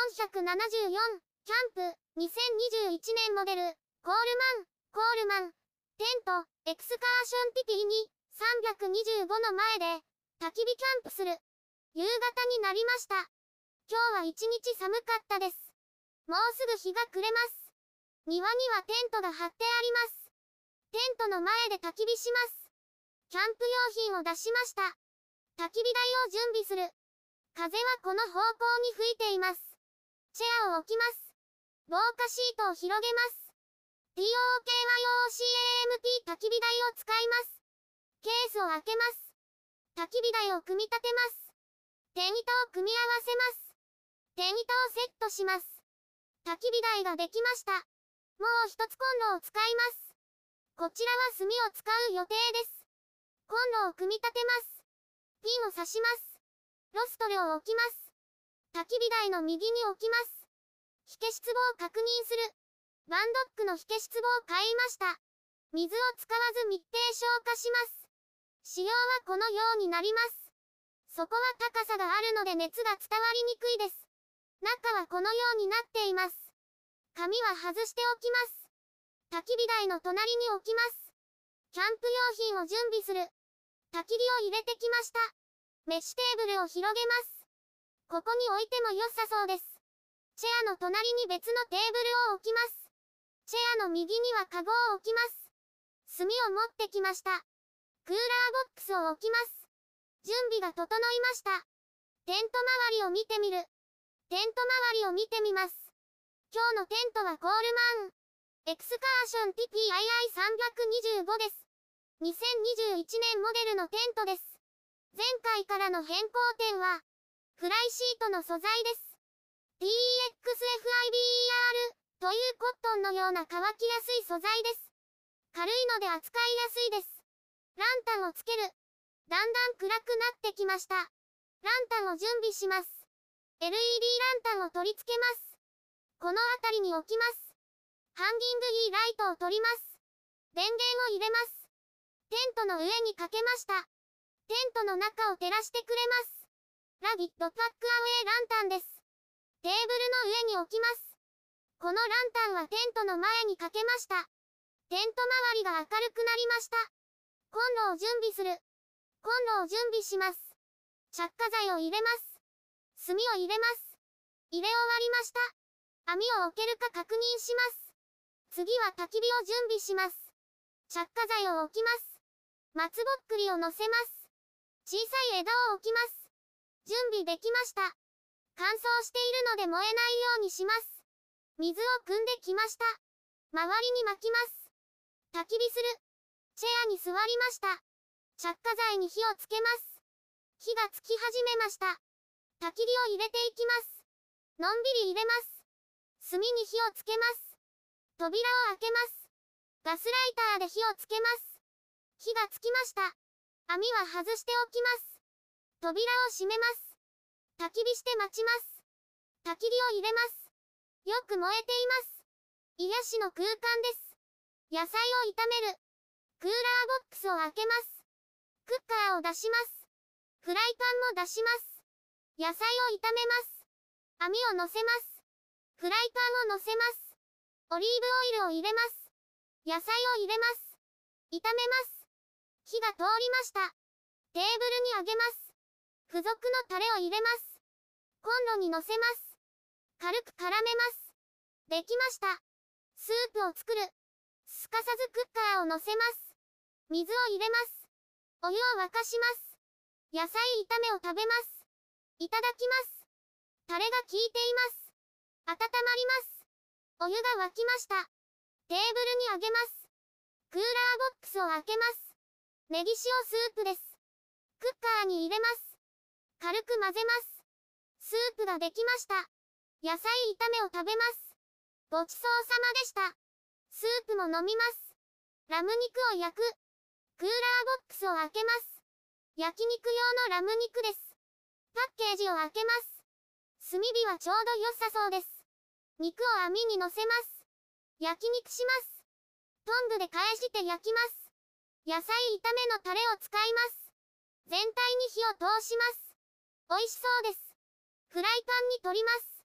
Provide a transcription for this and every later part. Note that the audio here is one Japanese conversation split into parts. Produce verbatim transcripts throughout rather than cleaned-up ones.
んひゃくななじゅうよん、キャンプ、にせんにじゅういちねんモデル、コールマン、コールマン、テント、エクスカーションティティに、さんびゃくにじゅうごの前で、焚き火キャンプする。夕方になりました。今日は一日寒かったです。もうすぐ日が暮れます。庭にはテントが張ってあります。テントの前で焚き火します。キャンプ用品を出しました。焚き火台を準備する。風はこの方向に吹いています。チェアを置きます。防火シートを広げます。ティーオーケーワイオーシーエーエムティー 焚き火台を使います。ケースを開けます。焚き火台を組み立てます。手板を組み合わせます。手板をセットします。焚き火台ができました。もう一つコンロを使います。こちらは炭を使う予定です。コンロを組み立てます。ピンを刺します。ロストルを置きます。焚き火台の右に置きます。火消し壺を確認する。ワンドックの火消し壺を買いました。水を使わず密閉消火します。仕様はこのようになります。底は高さがあるので熱が伝わりにくいです。中はこのようになっています。紙は外しておきます。焚き火台の隣に置きます。キャンプ用品を準備する。焚き火を入れてきました。メッシュテーブルを広げます。ここに置いても良さそうです。チェアの隣に別のテーブルを置きます。チェアの右にはカゴを置きます。炭を持ってきました。クーラーボックスを置きます。準備が整いました。テント周りを見てみる。テント周りを見てみます。今日のテントはコールマン、エクスカーション ティーピーアイアイさんびゃくにじゅうごです。にせんにじゅういちねんモデルのテントです。前回からの変更点は、フライシートの素材です。ティーイーエックスエフアイビーアール というコットンのような乾きやすい素材です。軽いので扱いやすいです。ランタンをつける。だんだん暗くなってきました。ランタンを準備します。エルイーディー ランタンを取り付けます。この辺りに置きます。ハンギング E ライトを取ります。電源を入れます。テントの上にかけました。テントの中を照らしてくれます。ラビットパックアウェイランタンです。テーブルの上に置きます。このランタンはテントの前にかけました。テント周りが明るくなりました。コンロを準備する。コンロを準備します。着火剤を入れます。炭を入れます。入れ終わりました。網を置けるか確認します。次は焚き火を準備します。着火剤を置きます。松ぼっくりを乗せます。小さい枝を置きます。準備できました。乾燥しているので燃えないようにします。水を汲んできました。周りに巻きます。焚き火する。チェアに座りました。着火剤に火をつけます。火がつき始めました。焚き火を入れていきます。のんびり入れます。炭に火をつけます。扉を開けます。ガスライターで火をつけます。火がつきました。網は外しておきます。扉を閉めます。焚き火して待ちます。焚き火を入れます。よく燃えています。癒しの空間です。野菜を炒める。クーラーボックスを開けます。クッカーを出します。フライパンも出します。野菜を炒めます。網を乗せます。フライパンを乗せます。オリーブオイルを入れます。野菜を入れます。炒めます。火が通りました。テーブルにあげます。付属のタレを入れます。コンロに乗せます。軽く絡めます。できました。スープを作る。すかさずクッカーを乗せます。水を入れます。お湯を沸かします。野菜炒めを食べます。いただきます。タレが効いています。温まります。お湯が沸きました。テーブルにあげます。クーラーボックスを開けます。ネギ塩スープです。クッカーに入れます。軽く混ぜます。スープができました。野菜炒めを食べます。ごちそうさまでした。スープも飲みます。ラム肉を焼く。クーラーボックスを開けます。焼肉用のラム肉です。パッケージを開けます。炭火はちょうど良さそうです。肉を網に乗せます。焼肉します。トングで返して焼きます。野菜炒めのタレを使います。全体に火を通します。美味しそうです。フライパンに取ります。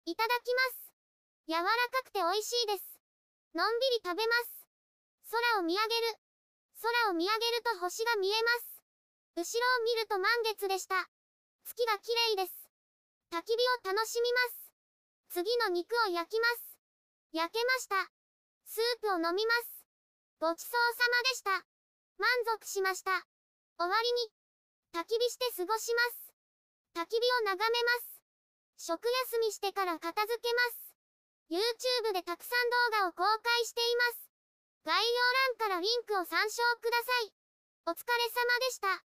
いただきます。柔らかくて美味しいです。のんびり食べます。空を見上げる。空を見上げると星が見えます。後ろを見ると満月でした。月が綺麗です。焚き火を楽しみます。次の肉を焼きます。焼けました。スープを飲みます。ごちそうさまでした。満足しました。終わりに、焚き火して過ごします。焚き火を眺めます。食休みしてから片付けます。YouTube でたくさん動画を公開しています。概要欄からリンクを参照ください。お疲れ様でした。